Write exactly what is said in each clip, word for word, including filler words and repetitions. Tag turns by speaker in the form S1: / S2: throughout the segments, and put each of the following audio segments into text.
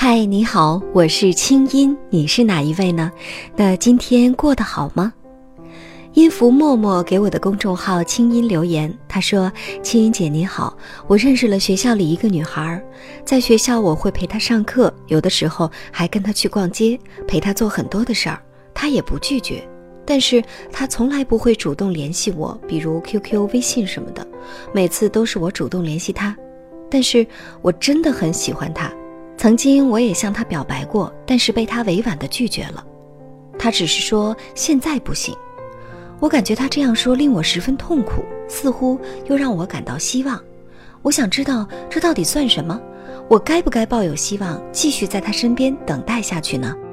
S1: 嗨，你好，我是清音，你是哪一位呢？那今天过得好吗？音符默默给我的公众号清音留言，他说：清音姐你好，我认识了学校里一个女孩，在学校我会陪她上课，有的时候还跟她去逛街，陪她做很多的事儿，她也不拒绝，但是她从来不会主动联系我，比如 Q Q 微信什么的，每次都是我主动联系她。但是我真的很喜欢她，曾经我也向她表白过，但是被她委婉地拒绝了。她只是说现在不行。我感觉她这样说令我十分痛苦，似乎又让我感到希望。我想知道这到底算什么？我该不该抱有希望，继续在她身边等待下去呢？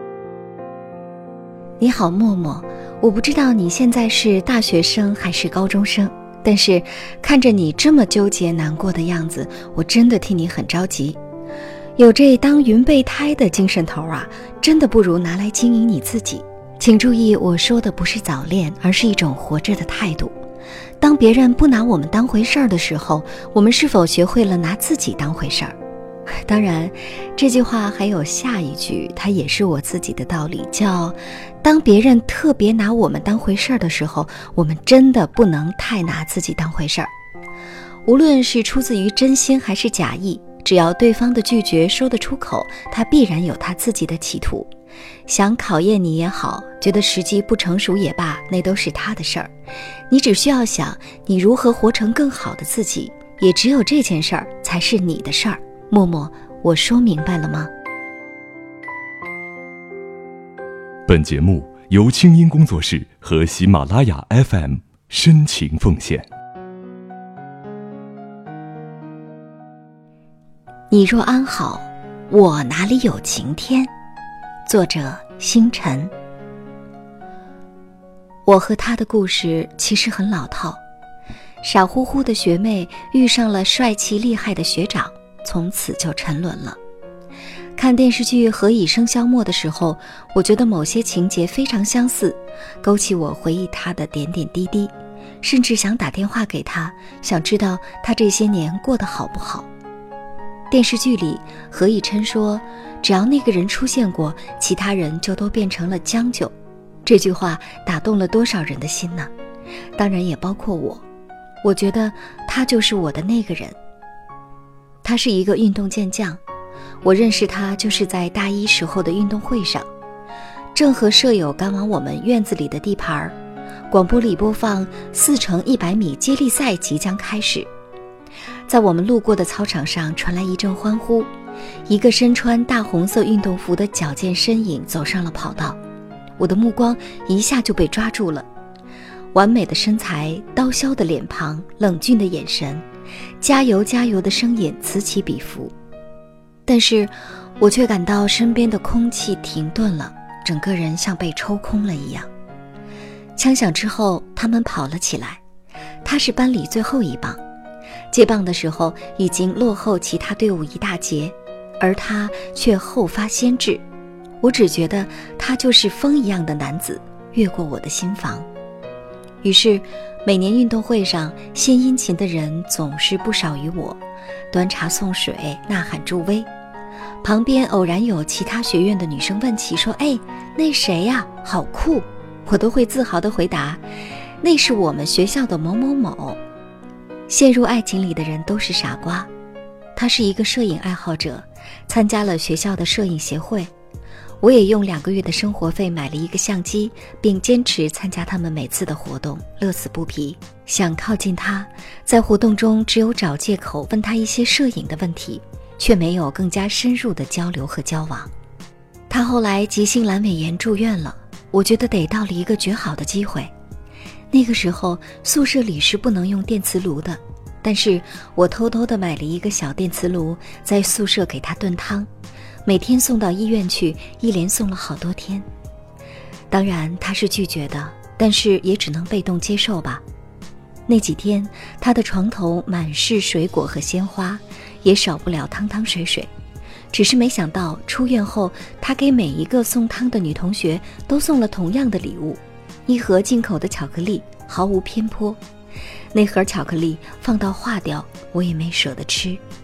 S1: 你好默默，我不知道你现在是大学生还是高中生，但是看着你这么纠结难过的样子，我真的替你很着急。有这当云备胎的精神头啊，真的不如拿来经营你自己。请注意，我说的不是早恋，而是一种活着的态度。当别人不拿我们当回事儿的时候，我们是否学会了拿自己当回事儿？当然，这句话还有下一句，它也是我自己的道理，叫当别人特别拿我们当回事儿的时候，我们真的不能太拿自己当回事儿。无论是出自于真心还是假意，只要对方的拒绝说得出口，他必然有他自己的企图。想考验你也好，觉得时机不成熟也罢，那都是他的事儿。你只需要想你如何活成更好的自己，也只有这件事儿才是你的事儿。默默，我说明白了吗？
S2: 本节目由清音工作室和喜马拉雅 F M 深情奉献。
S1: 你若安好，我哪里有晴天？作者星辰。我和他的故事其实很老套，傻乎乎的学妹遇上了帅气厉害的学长，从此就沉沦了。看电视剧《何以笙箫默》的时候，我觉得某些情节非常相似，勾起我回忆他的点点滴滴，甚至想打电话给他，想知道他这些年过得好不好。电视剧里何以琛说，只要那个人出现过，其他人就都变成了将就。这句话打动了多少人的心呢？当然也包括我。我觉得他就是我的那个人。他是一个运动健将，我认识他就是在大一时候的运动会上，正和舍友赶往我们院子里的地盘，广播里播放四乘一百米接力赛即将开始。在我们路过的操场上传来一阵欢呼，一个身穿大红色运动服的矫健身影走上了跑道，我的目光一下就被抓住了。完美的身材，刀削的脸庞，冷峻的眼神，加油加油的声音此起彼伏。但是我却感到身边的空气停顿了，整个人像被抽空了一样。枪响之后，他们跑了起来，他是班里最后一棒，接棒的时候已经落后其他队伍一大截，而他却后发先至。我只觉得他就是风一样的男子，越过我的心房。于是每年运动会上献殷勤的人总是不少于我，端茶送水，呐喊助威。旁边偶然有其他学院的女生问起说，哎，那谁呀，好酷，我都会自豪地回答，那是我们学校的某某某。陷入爱情里的人都是傻瓜。他是一个摄影爱好者，参加了学校的摄影协会。我也用两个月的生活费买了一个相机，并坚持参加他们每次的活动，乐此不疲。想靠近他，在活动中只有找借口问他一些摄影的问题，却没有更加深入的交流和交往。他后来急性阑尾炎住院了，我觉得得到了一个绝好的机会。那个时候宿舍里是不能用电磁炉的，但是我偷偷地买了一个小电磁炉，在宿舍给他炖汤，每天送到医院去，一连送了好多天。当然他是拒绝的，但是也只能被动接受吧。那几天他的床头满是水果和鲜花，也少不了汤汤水水。只是没想到出院后，他给每一个送汤的女同学都送了同样的礼物，一盒进口的巧克力，毫无偏颇。那盒巧克力放到化掉，我也没舍得吃。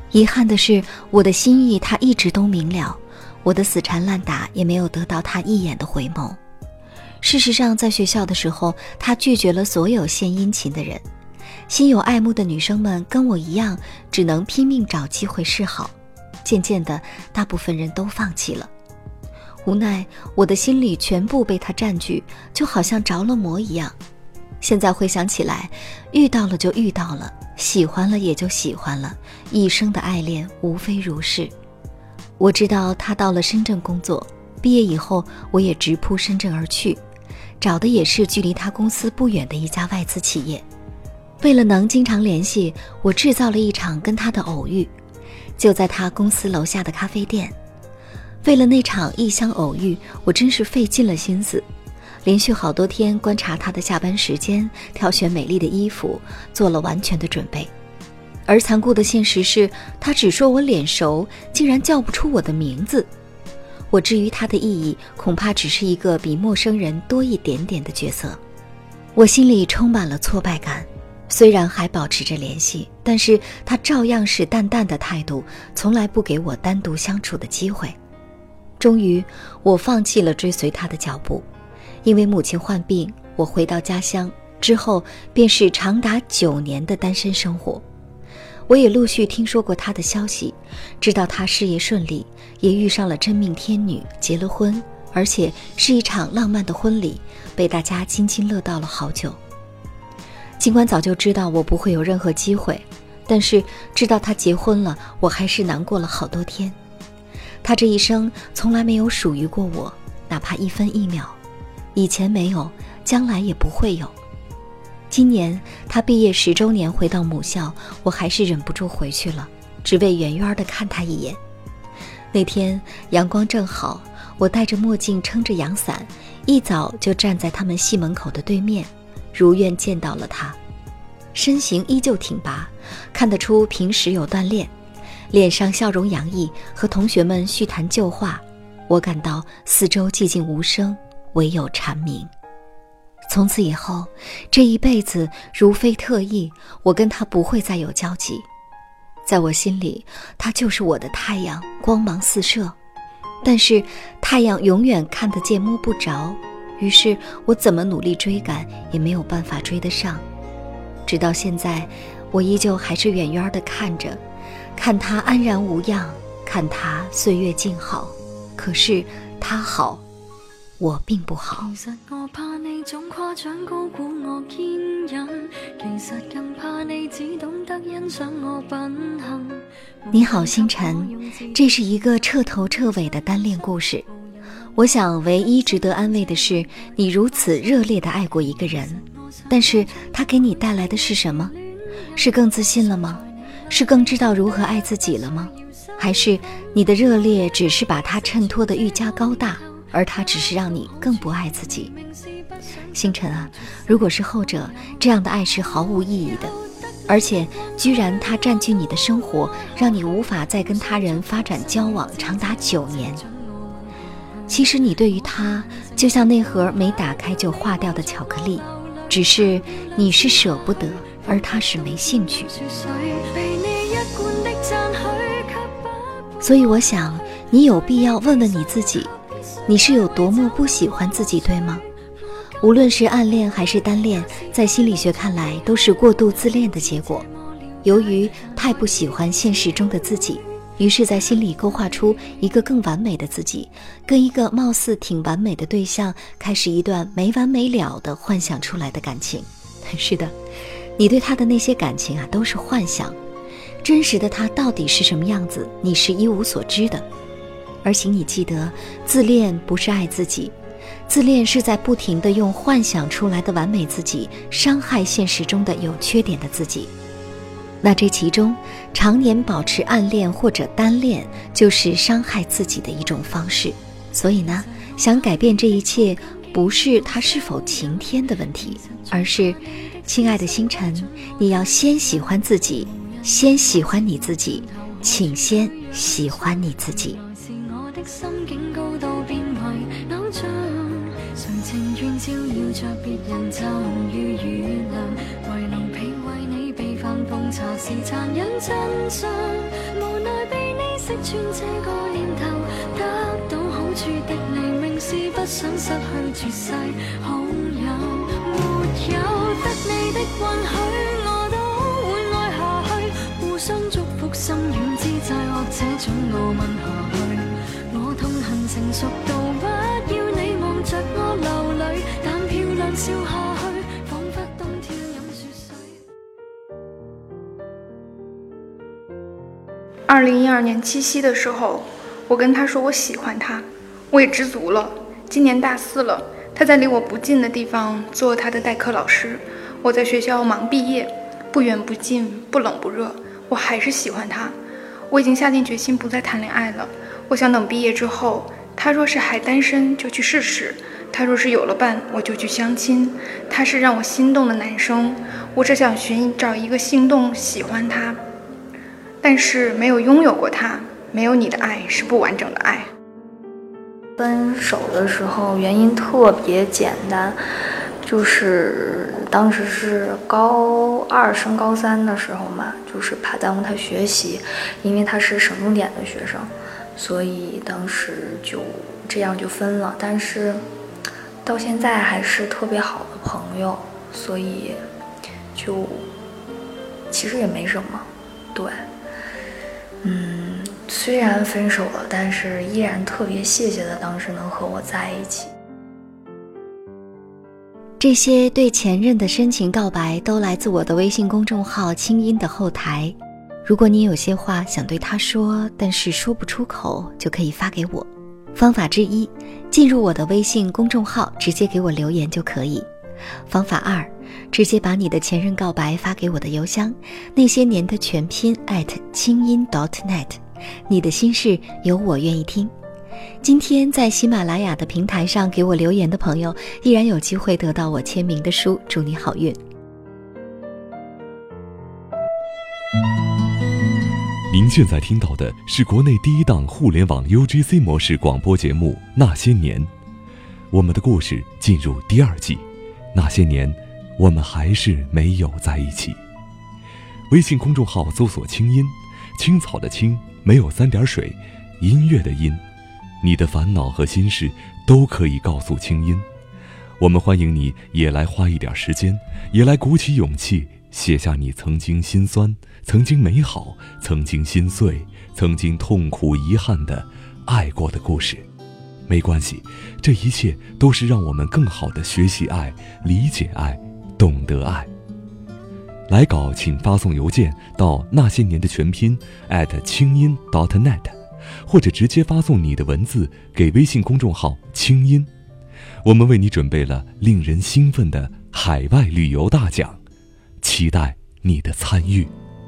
S1: 遗憾的是，我的心意他一直都明了，我的死缠烂打也没有得到他一眼的回眸。事实上，在学校的时候，他拒绝了所有献殷勤的人，心有爱慕的女生们跟我一样，只能拼命找机会示好。渐渐的，大部分人都放弃了。无奈，我的心里全部被他占据，就好像着了魔一样。现在回想起来，遇到了就遇到了，喜欢了也就喜欢了，一生的爱恋无非如是。我知道他到了深圳工作，毕业以后我也直扑深圳而去，找的也是距离他公司不远的一家外资企业。为了能经常联系，我制造了一场跟他的偶遇，就在他公司楼下的咖啡店。为了那场异乡偶遇，我真是费尽了心思，连续好多天观察他的下班时间，挑选美丽的衣服，做了完全的准备。而残酷的现实是，他只说我脸熟，竟然叫不出我的名字。我至于他的意义，恐怕只是一个比陌生人多一点点的角色。我心里充满了挫败感，虽然还保持着联系，但是他照样是淡淡的态度，从来不给我单独相处的机会。终于，我放弃了追随他的脚步，因为母亲患病，我回到家乡之后，便是长达九年的单身生活。我也陆续听说过他的消息，知道他事业顺利，也遇上了真命天女，结了婚，而且是一场浪漫的婚礼，被大家津津乐道了好久。尽管早就知道我不会有任何机会，但是知道他结婚了，我还是难过了好多天。他这一生从来没有属于过我，哪怕一分一秒，以前没有，将来也不会有。今年他毕业十周年回到母校，我还是忍不住回去了，只为远远地看他一眼。那天阳光正好，我戴着墨镜撑着阳伞，一早就站在他们系门口的对面，如愿见到了他。身形依旧挺拔，看得出平时有锻炼，脸上笑容洋溢，和同学们叙谈旧话。我感到四周寂静无声，唯有蝉鸣。从此以后，这一辈子如非特意，我跟他不会再有交集。在我心里，他就是我的太阳，光芒四射。但是太阳永远看得见摸不着，于是我怎么努力追赶，也没有办法追得上。直到现在，我依旧还是远远地看着，看他安然无恙，看他岁月静好。可是他好，我并不好。其實我怕你總誇獎高估我堅忍，其實更怕你只懂得欣賞我品行。你好，星辰，这是一个徹頭徹尾的單戀故事。我想唯一值得安慰的是，你如此熱烈地愛過一個人，但是他給你帶來的是什麼？是更自信了嗎？是更知道如何愛自己了嗎？還是你的熱烈只是把他襯托得愈加高大，而他只是讓你更不愛自己？星辰啊，如果是後者，這樣的愛是毫無意義的，而且居然他佔據你的生活，讓你無法再跟他人發展交往長達九年。其實你對於他就像那盒沒打開就化掉的巧克力，只是你是捨不得，而他是沒興趣。所以我想，你有必要問問你自己，你是有多麼不喜歡自己，對嗎？無論是暗戀還是單戀，在心理學看來都是過度自戀的結果。由於太不喜歡現實中的自己，於是在心裡勾畫出一個更完美的自己，跟一個貌似挺完美的對象開始一段沒完沒了的幻想出來的感情。是的，你對他的那些感情啊，都是幻想。真實的他到底是什麼樣子，你是一無所知的。而請你記得，自戀不是愛自己，自戀是在不停地用幻想出來的完美自己傷害現實中的有缺點的自己。那這其中，常年保持暗戀或者單戀，就是傷害自己的一種方式。所以呢，想改變這一切，不是他是否晴天的問題，而是，親愛的星辰，你要先喜歡自己，先喜歡你自己，請先喜歡你自己。心境高到變為偶像，誰情願照耀着別人，就如雨涼，為能被為你被反諷
S3: 奉茶是殘忍真相，無奈被你識穿這個念頭，得到好處的你明是不想失去絕世好友，沒有得你的允許，我都會愛下去，互相祝福心軟之際，或這種我問下去，我痛恨成熟到不要你望着我流淚，但漂亮笑下去，彷彿冬天飲雪水。
S4: 二零一二年七夕的時候，我跟他說我喜歡他，我也知足了。今年大四了，他在離我不近的地方做他的代課老師，我在學校忙畢業，不遠不近，不冷不熱，我還是喜歡他。我已經下定決心不再談戀愛了，我想等畢業之後，他若是還單身就去試試，他若是有了伴我就去相親。他是讓我心動的男生，我只想尋找一個心動喜歡他，但是沒有擁有過他，沒有你的愛是不完整的愛。
S5: 分手的時候原因特別簡單，就是當時是高二升高三的時候嘛，就是怕耽誤他學習，因為他是省重點的學生，所以當時就這樣就分了。但是到現在還是特別好的朋友，所以就其實也沒什麼。對，嗯，雖然分手了，但是依然特別謝謝他當時能和我在一起。
S1: 這些對前任的深情告白都來自我的微信公眾號清音的後台。如果你有些話想對他說，但是說不出口，就可以發給我。方法之一，進入我的微信公眾號，直接給我留言就可以。方法二，直接把你的前任告白發給我的郵箱，那些年的全拼 at 清音 dot net， 你的心事有我願意聽。今天在喜馬拉雅的平台上給我留言的朋友，依然有機會得到我簽名的書，祝你好運。
S2: 您现在听到的是国内第一档互联网 U G C 模式广播节目《那些年》，我们的故事进入第二季。那些年，我们还是没有在一起。微信公众号搜索清音，青草的青，没有三点水，音乐的音，你的烦恼和心事都可以告诉清音。我们欢迎你也来花一点时间，也来鼓起勇气写下你曾经心酸，曾经美好，曾经心碎，曾经痛苦遗憾的爱过的故事。没关系，这一切都是让我们更好的学习爱，理解爱，懂得爱。来稿请发送邮件到那些年的全拼 at 清音 dot net， 或者直接发送你的文字给微信公众号清音。我们为你准备了令人兴奋的海外旅游大奖，期待你的参与。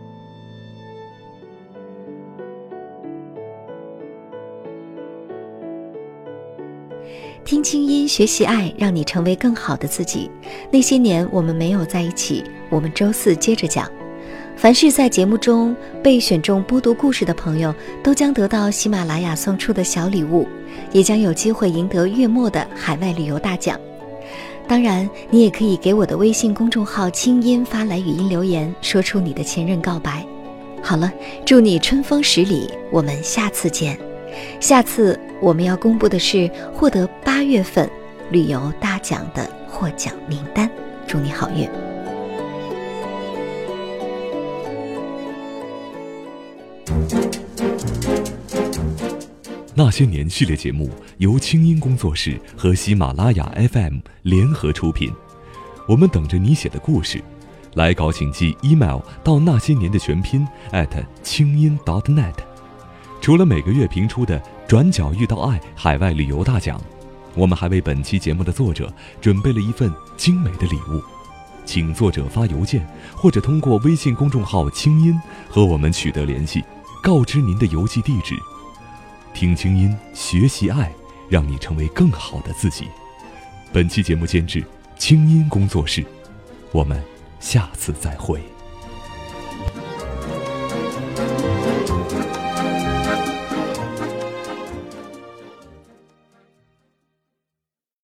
S1: 听清音，学习爱，让你成为更好的自己。那些年我们没有在一起，我们周四接着讲。凡是在节目中被选中播读故事的朋友，都将得到喜马拉雅送出的小礼物，也将有机会赢得月末的海外旅游大奖。当然，你也可以给我的微信公众号清音发来语音留言，说出你的前任告白。好了，祝你春风十里，我们下次见。下次我们要公布的是获得八月份旅游大奖的获奖名单，祝你好运。
S2: 那些年系列节目由清音工作室和喜马拉雅 F M 联合出品，我们等着你写的故事。来稿请寄 email 到那些年的全拼 at 清音 dot net。除了每个月评出的转角遇到爱海外旅游大奖，我们还为本期节目的作者准备了一份精美的礼物，请作者发邮件或者通过微信公众号清音和我们取得联系，告知您的邮寄地址。听清音，学习爱，让你成为更好的自己。本期节目监制清音工作室，我们下次再会。